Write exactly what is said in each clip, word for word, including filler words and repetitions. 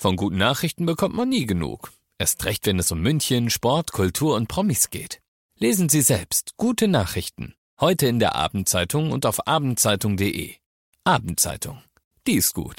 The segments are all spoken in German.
Von guten Nachrichten bekommt man nie genug. Erst recht, wenn es um München, Sport, Kultur und Promis geht. Lesen Sie selbst gute Nachrichten. Heute in der Abendzeitung und auf abendzeitung punkt de. Abendzeitung. Die ist gut.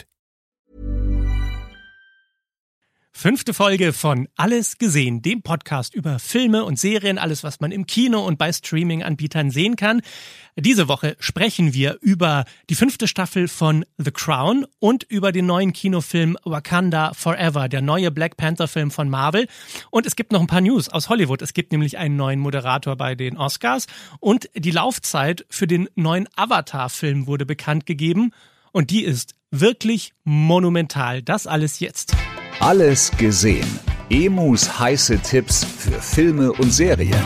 Fünfte Folge von Alles gesehen, dem Podcast über Filme und Serien, alles was man im Kino und bei Streaming-Anbietern sehen kann. Diese Woche sprechen wir über die fünfte Staffel von The Crown und über den neuen Kinofilm Wakanda Forever, der neue Black Panther-Film von Marvel. Und es gibt noch ein paar News aus Hollywood. Es gibt nämlich einen neuen Moderator bei den Oscars und die Laufzeit für den neuen Avatar-Film wurde bekannt gegeben. Und die ist wirklich monumental. Das alles jetzt. Alles gesehen. Emus heiße Tipps für Filme und Serien.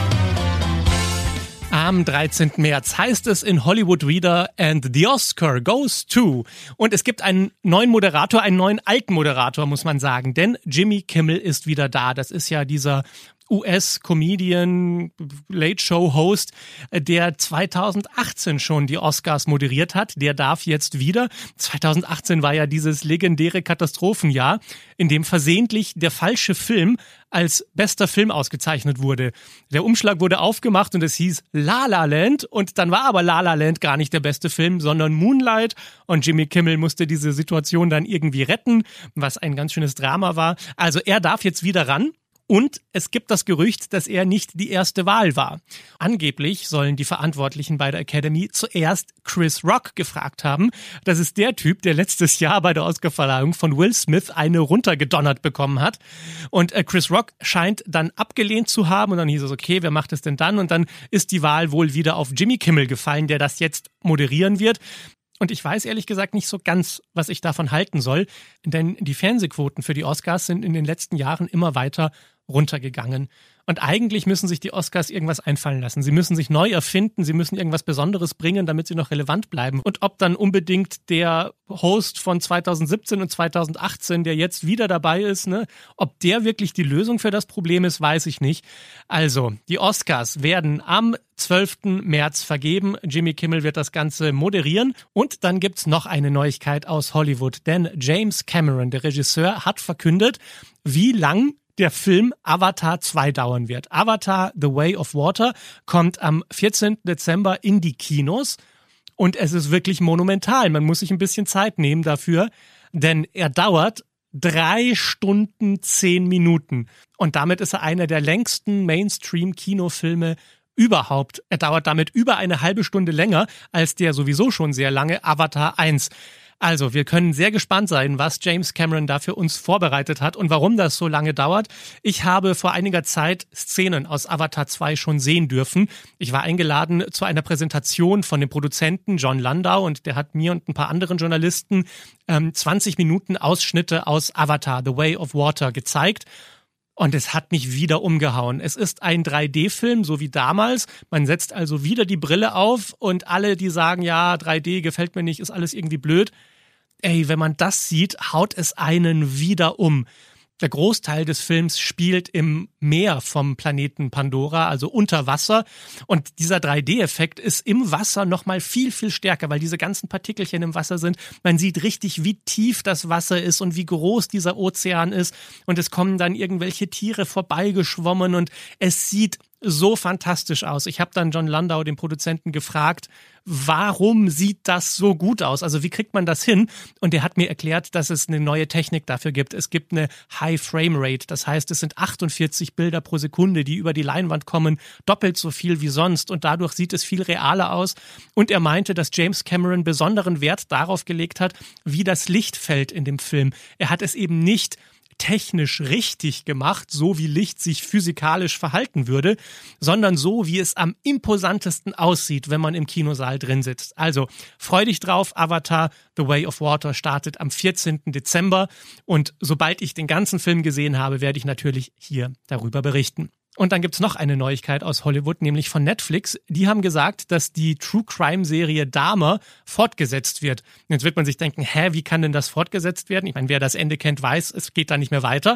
Am dreizehnten März heißt es in Hollywood wieder "And the Oscar goes to". Und es gibt einen neuen Moderator, einen neuen alten Moderator, muss man sagen. Denn Jimmy Kimmel ist wieder da. Das ist ja dieser U S-Comedian, Late-Show-Host, der zweitausendachtzehn schon die Oscars moderiert hat. Der darf jetzt wieder. zweitausendachtzehn war ja dieses legendäre Katastrophenjahr, in dem versehentlich der falsche Film als bester Film ausgezeichnet wurde. Der Umschlag wurde aufgemacht und es hieß La La Land und dann war aber La La Land gar nicht der beste Film, sondern Moonlight und Jimmy Kimmel musste diese Situation dann irgendwie retten, was ein ganz schönes Drama war. Also er darf jetzt wieder ran. Und es gibt das Gerücht, dass er nicht die erste Wahl war. Angeblich sollen die Verantwortlichen bei der Academy zuerst Chris Rock gefragt haben. Das ist der Typ, der letztes Jahr bei der Oscarverleihung von Will Smith eine runtergedonnert bekommen hat. Und Chris Rock scheint dann abgelehnt zu haben. Und dann hieß es, okay, wer macht es denn dann? Und dann ist die Wahl wohl wieder auf Jimmy Kimmel gefallen, der das jetzt moderieren wird. Und ich weiß ehrlich gesagt nicht so ganz, was ich davon halten soll. Denn die Fernsehquoten für die Oscars sind in den letzten Jahren immer weiter runtergegangen. Und eigentlich müssen sich die Oscars irgendwas einfallen lassen. Sie müssen sich neu erfinden, sie müssen irgendwas Besonderes bringen, damit sie noch relevant bleiben. Und ob dann unbedingt der Host von zweitausendsiebzehn und zweitausendachtzehn, der jetzt wieder dabei ist, ne, ob der wirklich die Lösung für das Problem ist, weiß ich nicht. Also, die Oscars werden am zwölften März vergeben. Jimmy Kimmel wird das Ganze moderieren. Und dann gibt's noch eine Neuigkeit aus Hollywood. Denn James Cameron, der Regisseur, hat verkündet, wie lang der Film Avatar zwei dauern wird. Avatar The Way of Water kommt am vierzehnten Dezember in die Kinos und es ist wirklich monumental. Man muss sich ein bisschen Zeit nehmen dafür, denn er dauert drei Stunden, zehn Minuten. Und damit ist er einer der längsten Mainstream-Kinofilme überhaupt. Er dauert damit über eine halbe Stunde länger als der sowieso schon sehr lange Avatar eins. Also, wir können sehr gespannt sein, was James Cameron da für uns vorbereitet hat und warum das so lange dauert. Ich habe vor einiger Zeit Szenen aus Avatar zwei schon sehen dürfen. Ich war eingeladen zu einer Präsentation von dem Produzenten John Landau und der hat mir und ein paar anderen Journalisten ähm, zwanzig Minuten Ausschnitte aus Avatar The Way of Water gezeigt. Und es hat mich wieder umgehauen. Es ist ein drei D-Film, so wie damals. Man setzt also wieder die Brille auf und alle, die sagen, ja, drei D gefällt mir nicht, ist alles irgendwie blöd. Ey, wenn man das sieht, haut es einen wieder um. Der Großteil des Films spielt im Meer vom Planeten Pandora, also unter Wasser. Und dieser drei D-Effekt ist im Wasser nochmal viel, viel stärker, weil diese ganzen Partikelchen im Wasser sind. Man sieht richtig, wie tief das Wasser ist und wie groß dieser Ozean ist. Und es kommen dann irgendwelche Tiere vorbeigeschwommen und es sieht so fantastisch aus. Ich habe dann John Landau, den Produzenten, gefragt, warum sieht das so gut aus? Also wie kriegt man das hin? Und er hat mir erklärt, dass es eine neue Technik dafür gibt. Es gibt eine High Frame Rate. Das heißt, es sind achtundvierzig Bilder pro Sekunde, die über die Leinwand kommen, doppelt so viel wie sonst. Und dadurch sieht es viel realer aus. Und er meinte, dass James Cameron besonderen Wert darauf gelegt hat, wie das Licht fällt in dem Film. Er hat es eben nicht technisch richtig gemacht, so wie Licht sich physikalisch verhalten würde, sondern so, wie es am imposantesten aussieht, wenn man im Kinosaal drin sitzt. Also, freu dich drauf, Avatar The Way of Water startet am vierzehnten Dezember und sobald ich den ganzen Film gesehen habe, werde ich natürlich hier darüber berichten. Und dann gibt's noch eine Neuigkeit aus Hollywood, nämlich von Netflix. Die haben gesagt, dass die True-Crime-Serie Dahmer fortgesetzt wird. Jetzt wird man sich denken, hä, wie kann denn das fortgesetzt werden? Ich meine, wer das Ende kennt, weiß, es geht da nicht mehr weiter.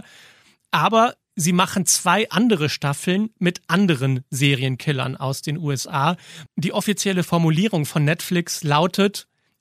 Aber sie machen zwei andere Staffeln mit anderen Serienkillern aus den U S A. Die offizielle Formulierung von Netflix lautet: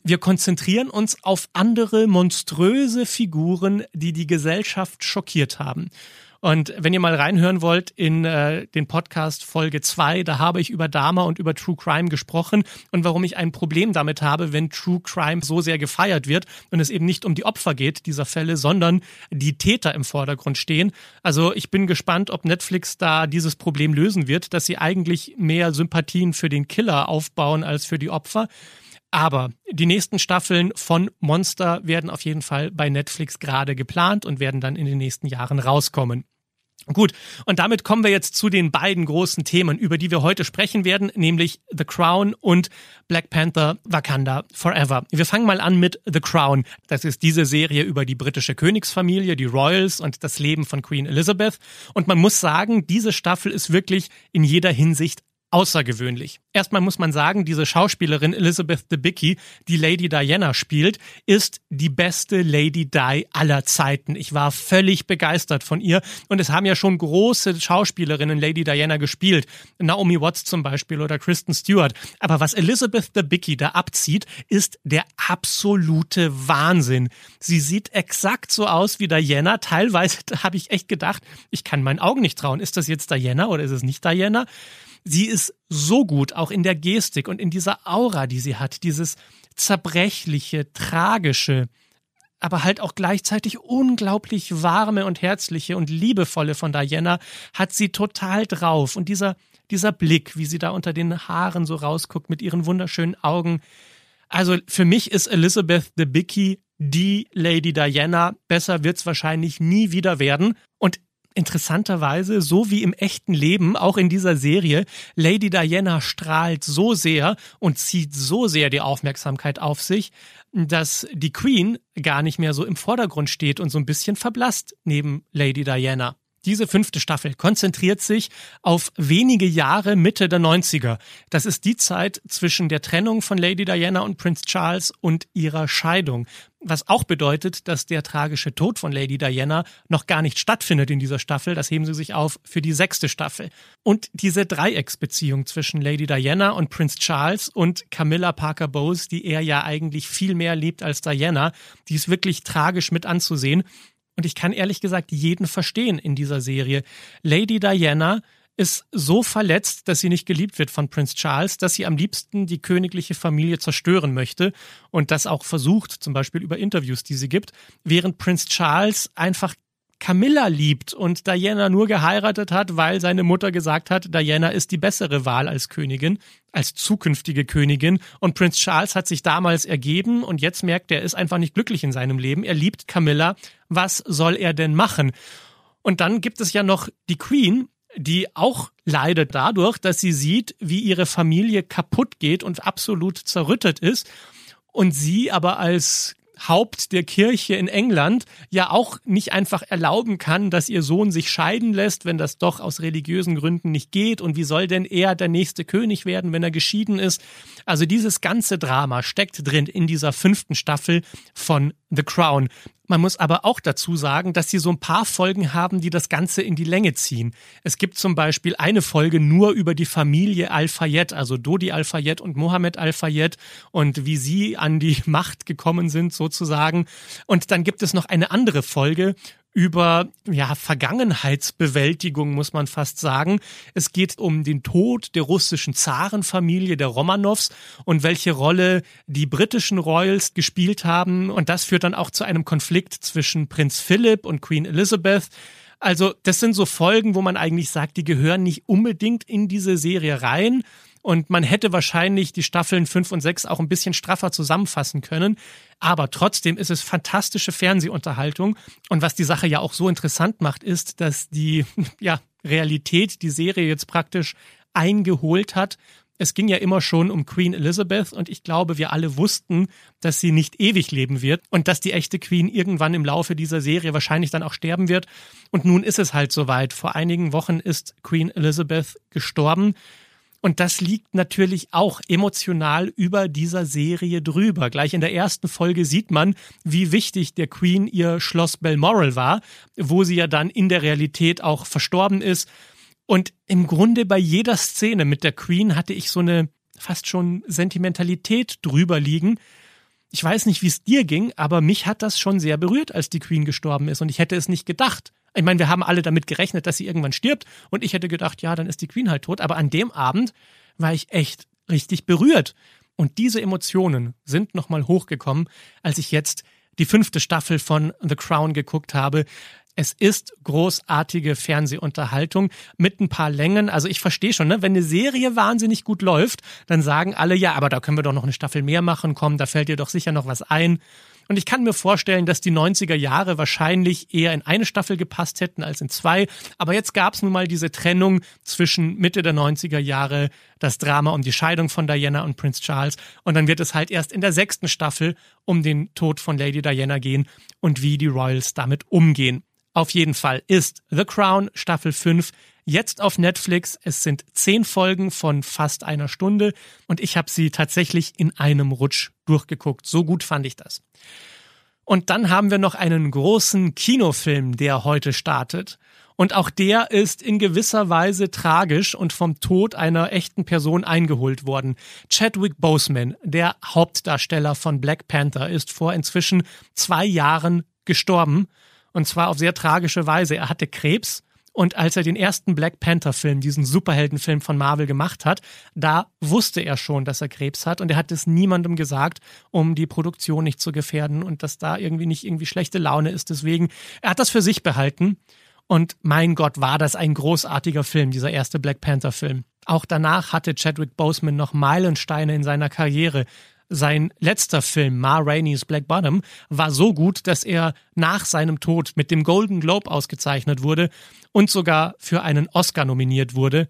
Wir konzentrieren uns auf andere monströse Figuren, die die Gesellschaft schockiert haben. Und wenn ihr mal reinhören wollt in äh, den Podcast Folge zwei, da habe ich über Dahmer und über True Crime gesprochen und warum ich ein Problem damit habe, wenn True Crime so sehr gefeiert wird und es eben nicht um die Opfer geht dieser Fälle, sondern die Täter im Vordergrund stehen. Also ich bin gespannt, ob Netflix da dieses Problem lösen wird, dass sie eigentlich mehr Sympathien für den Killer aufbauen als für die Opfer. Aber die nächsten Staffeln von Monster werden auf jeden Fall bei Netflix gerade geplant und werden dann in den nächsten Jahren rauskommen. Gut, und damit kommen wir jetzt zu den beiden großen Themen, über die wir heute sprechen werden, nämlich The Crown und Black Panther Wakanda Forever. Wir fangen mal an mit The Crown. Das ist diese Serie über die britische Königsfamilie, die Royals und das Leben von Queen Elizabeth. Und man muss sagen, diese Staffel ist wirklich in jeder Hinsicht außergewöhnlich. Erstmal muss man sagen, diese Schauspielerin Elizabeth Debicki, die Lady Diana spielt, ist die beste Lady Di aller Zeiten. Ich war völlig begeistert von ihr und es haben ja schon große Schauspielerinnen Lady Diana gespielt. Naomi Watts zum Beispiel oder Kristen Stewart. Aber was Elizabeth Debicki da abzieht, ist der absolute Wahnsinn. Sie sieht exakt so aus wie Diana. Teilweise habe ich echt gedacht, ich kann meinen Augen nicht trauen. Ist das jetzt Diana oder ist es nicht Diana? Sie ist so gut, auch in der Gestik und in dieser Aura, die sie hat, dieses zerbrechliche, tragische, aber halt auch gleichzeitig unglaublich warme und herzliche und liebevolle von Diana hat sie total drauf. Und dieser, dieser Blick, wie sie da unter den Haaren so rausguckt mit ihren wunderschönen Augen. Also für mich ist Elizabeth Debicki die Lady Diana. Besser wird's wahrscheinlich nie wieder werden. Und interessanterweise, so wie im echten Leben, auch in dieser Serie, Lady Diana strahlt so sehr und zieht so sehr die Aufmerksamkeit auf sich, dass die Queen gar nicht mehr so im Vordergrund steht und so ein bisschen verblasst neben Lady Diana. Diese fünfte Staffel konzentriert sich auf wenige Jahre Mitte der neunziger. Das ist die Zeit zwischen der Trennung von Lady Diana und Prinz Charles und ihrer Scheidung. Was auch bedeutet, dass der tragische Tod von Lady Diana noch gar nicht stattfindet in dieser Staffel. Das heben sie sich auf für die sechste Staffel. Und diese Dreiecksbeziehung zwischen Lady Diana und Prinz Charles und Camilla Parker Bowles, die er ja eigentlich viel mehr liebt als Diana, die ist wirklich tragisch mit anzusehen. Und ich kann ehrlich gesagt jeden verstehen in dieser Serie. Lady Diana ist so verletzt, dass sie nicht geliebt wird von Prinz Charles, dass sie am liebsten die königliche Familie zerstören möchte und das auch versucht, zum Beispiel über Interviews, die sie gibt, während Prinz Charles einfach Camilla liebt und Diana nur geheiratet hat, weil seine Mutter gesagt hat, Diana ist die bessere Wahl als Königin, als zukünftige Königin. Und Prinz Charles hat sich damals ergeben und jetzt merkt er, er ist einfach nicht glücklich in seinem Leben. Er liebt Camilla. Was soll er denn machen? Und dann gibt es ja noch die Queen, die auch leidet dadurch, dass sie sieht, wie ihre Familie kaputt geht und absolut zerrüttet ist. Und sie aber als Haupt der Kirche in England ja auch nicht einfach erlauben kann, dass ihr Sohn sich scheiden lässt, wenn das doch aus religiösen Gründen nicht geht. Und wie soll denn er der nächste König werden, wenn er geschieden ist? Also dieses ganze Drama steckt drin in dieser fünften Staffel von The Crown. Man muss aber auch dazu sagen, dass sie so ein paar Folgen haben, die das Ganze in die Länge ziehen. Es gibt zum Beispiel eine Folge nur über die Familie Al-Fayed, also Dodi Al-Fayed und Mohammed Al-Fayed und wie sie an die Macht gekommen sind sozusagen. Und dann gibt es noch eine andere Folge über ja Vergangenheitsbewältigung, muss man fast sagen. Es geht um den Tod der russischen Zarenfamilie, der Romanows und welche Rolle die britischen Royals gespielt haben. Und das führt dann auch zu einem Konflikt zwischen Prinz Philipp und Queen Elizabeth. Also das sind so Folgen, wo man eigentlich sagt, die gehören nicht unbedingt in diese Serie rein. Und man hätte wahrscheinlich die Staffeln fünf und sechs auch ein bisschen straffer zusammenfassen können. Aber trotzdem ist es fantastische Fernsehunterhaltung. Und was die Sache ja auch so interessant macht, ist, dass die ja, Realität die Serie jetzt praktisch eingeholt hat. Es ging ja immer schon um Queen Elizabeth und ich glaube, wir alle wussten, dass sie nicht ewig leben wird und dass die echte Queen irgendwann im Laufe dieser Serie wahrscheinlich dann auch sterben wird. Und nun ist es halt soweit. Vor einigen Wochen ist Queen Elizabeth gestorben. Und das liegt natürlich auch emotional über dieser Serie drüber. Gleich in der ersten Folge sieht man, wie wichtig der Queen ihr Schloss Balmoral war, wo sie ja dann in der Realität auch verstorben ist. Und im Grunde bei jeder Szene mit der Queen hatte ich so eine fast schon Sentimentalität drüber liegen. Ich weiß nicht, wie es dir ging, aber mich hat das schon sehr berührt, als die Queen gestorben ist. Und ich hätte es nicht gedacht. Ich meine, wir haben alle damit gerechnet, dass sie irgendwann stirbt. Und ich hätte gedacht, ja, dann ist die Queen halt tot. Aber an dem Abend war ich echt richtig berührt. Und diese Emotionen sind nochmal hochgekommen, als ich jetzt die fünfte Staffel von The Crown geguckt habe. Es ist großartige Fernsehunterhaltung mit ein paar Längen. Also ich verstehe schon, ne? Wenn eine Serie wahnsinnig gut läuft, dann sagen alle, ja, aber da können wir doch noch eine Staffel mehr machen. Komm, da fällt dir doch sicher noch was ein. Und ich kann mir vorstellen, dass die neunziger Jahre wahrscheinlich eher in eine Staffel gepasst hätten als in zwei. Aber jetzt gab es nun mal diese Trennung zwischen Mitte der neunziger Jahre, das Drama um die Scheidung von Diana und Prince Charles. Und dann wird es halt erst in der sechsten Staffel um den Tod von Lady Diana gehen und wie die Royals damit umgehen. Auf jeden Fall ist The Crown Staffel fünf jetzt auf Netflix. Es sind zehn Folgen von fast einer Stunde und ich habe sie tatsächlich in einem Rutsch durchgeguckt. So gut fand ich das. Und dann haben wir noch einen großen Kinofilm, der heute startet. Und auch der ist in gewisser Weise tragisch und vom Tod einer echten Person eingeholt worden. Chadwick Boseman, der Hauptdarsteller von Black Panther, ist vor inzwischen zwei Jahren gestorben. Und zwar auf sehr tragische Weise. Er hatte Krebs und als er den ersten Black Panther-Film, diesen Superheldenfilm von Marvel gemacht hat, da wusste er schon, dass er Krebs hat und er hat es niemandem gesagt, um die Produktion nicht zu gefährden und dass da irgendwie nicht irgendwie schlechte Laune ist. Deswegen, er hat das für sich behalten und mein Gott, war das ein großartiger Film, dieser erste Black Panther-Film. Auch danach hatte Chadwick Boseman noch Meilensteine in seiner Karriere. Sein letzter Film, Ma Rainey's Black Bottom, war so gut, dass er nach seinem Tod mit dem Golden Globe ausgezeichnet wurde und sogar für einen Oscar nominiert wurde.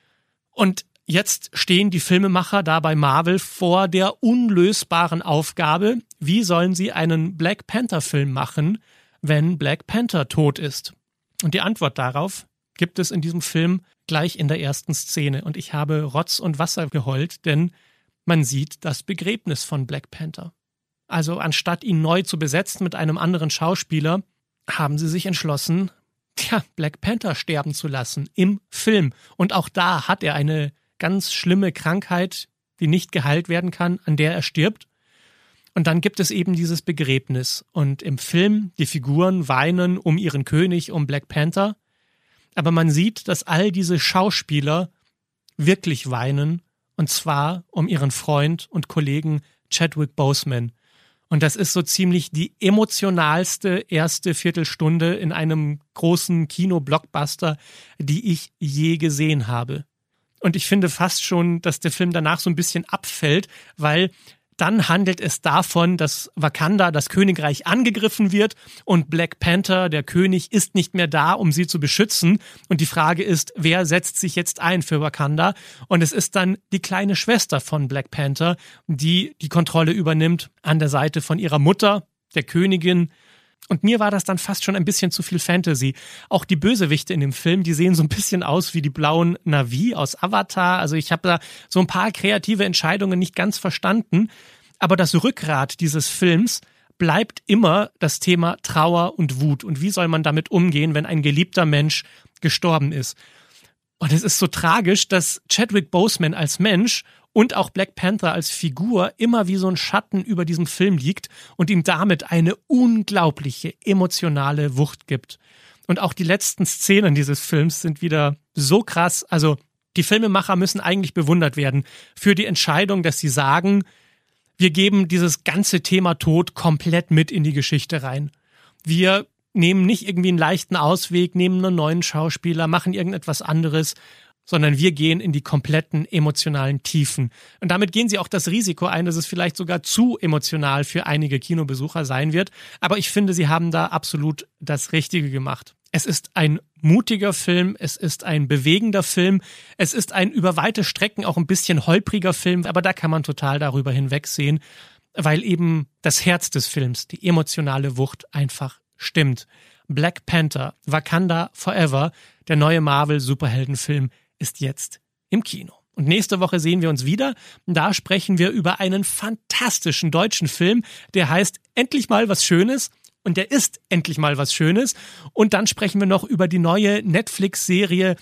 Und jetzt stehen die Filmemacher da bei Marvel vor der unlösbaren Aufgabe, wie sollen sie einen Black Panther-Film machen, wenn Black Panther tot ist? Und die Antwort darauf gibt es in diesem Film gleich in der ersten Szene. Und ich habe Rotz und Wasser geheult, denn man sieht das Begräbnis von Black Panther. Also anstatt ihn neu zu besetzen mit einem anderen Schauspieler, haben sie sich entschlossen, tja, Black Panther sterben zu lassen im Film. Und auch da hat er eine ganz schlimme Krankheit, die nicht geheilt werden kann, an der er stirbt. Und dann gibt es eben dieses Begräbnis. Und im Film, die Figuren weinen um ihren König, um Black Panther. Aber man sieht, dass all diese Schauspieler wirklich weinen. Und zwar um ihren Freund und Kollegen Chadwick Boseman. Und das ist so ziemlich die emotionalste erste Viertelstunde in einem großen Kino-Blockbuster, die ich je gesehen habe. Und ich finde fast schon, dass der Film danach so ein bisschen abfällt, weil dann handelt es davon, dass Wakanda, das Königreich, angegriffen wird und Black Panther, der König, ist nicht mehr da, um sie zu beschützen. Und die Frage ist, wer setzt sich jetzt ein für Wakanda? Und es ist dann die kleine Schwester von Black Panther, die die Kontrolle übernimmt an der Seite von ihrer Mutter, der Königin. Und mir war das dann fast schon ein bisschen zu viel Fantasy. Auch die Bösewichte in dem Film, die sehen so ein bisschen aus wie die blauen Na'vi aus Avatar. Also ich habe da so ein paar kreative Entscheidungen nicht ganz verstanden. Aber das Rückgrat dieses Films bleibt immer das Thema Trauer und Wut. Und wie soll man damit umgehen, wenn ein geliebter Mensch gestorben ist? Und es ist so tragisch, dass Chadwick Boseman als Mensch und auch Black Panther als Figur immer wie so ein Schatten über diesem Film liegt und ihm damit eine unglaubliche emotionale Wucht gibt. Und auch die letzten Szenen dieses Films sind wieder so krass. Also die Filmemacher müssen eigentlich bewundert werden für die Entscheidung, dass sie sagen, wir geben dieses ganze Thema Tod komplett mit in die Geschichte rein. Wir nehmen nicht irgendwie einen leichten Ausweg, nehmen einen neuen Schauspieler, machen irgendetwas anderes, sondern wir gehen in die kompletten emotionalen Tiefen. Und damit gehen sie auch das Risiko ein, dass es vielleicht sogar zu emotional für einige Kinobesucher sein wird. Aber ich finde, sie haben da absolut das Richtige gemacht. Es ist ein mutiger Film, es ist ein bewegender Film, es ist ein über weite Strecken auch ein bisschen holpriger Film, aber da kann man total darüber hinwegsehen, weil eben das Herz des Films, die emotionale Wucht einfach stimmt. Black Panther, Wakanda Forever, der neue Marvel-Superheldenfilm, ist jetzt im Kino. Und nächste Woche sehen wir uns wieder. Da sprechen wir über einen fantastischen deutschen Film, der heißt Endlich mal was Schönes. Und der ist endlich mal was Schönes. Und dann sprechen wir noch über die neue Netflix-Serie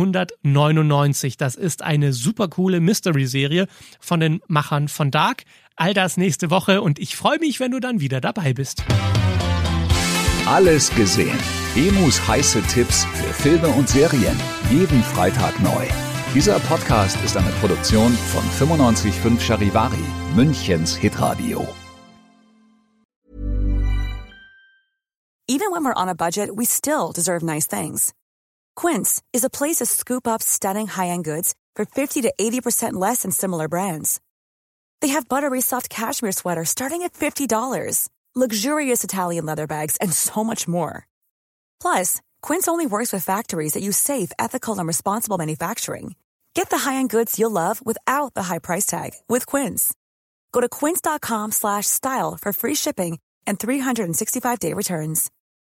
achtzehnhundertneunundneunzig. Das ist eine super coole Mystery-Serie von den Machern von Dark. All das nächste Woche und ich freue mich, wenn du dann wieder dabei bist. Alles gesehen. Emus heiße Tipps für Filme und Serien. Jeden Freitag neu. Dieser Podcast ist eine Produktion von fünfundneunzig Komma fünf Charivari, Münchens Hitradio. Even when we're on a budget, we still deserve nice things. Quince is a place to scoop up stunning high-end goods for fifty to eighty percent less than similar brands. They have buttery soft cashmere sweaters starting at fifty dollars, luxurious Italian leather bags, and so much more. Plus, Quince only works with factories that use safe, ethical, and responsible manufacturing. Get the high-end goods you'll love without the high price tag with Quince. Go to quince.com slash style for free shipping and three sixty-five day returns.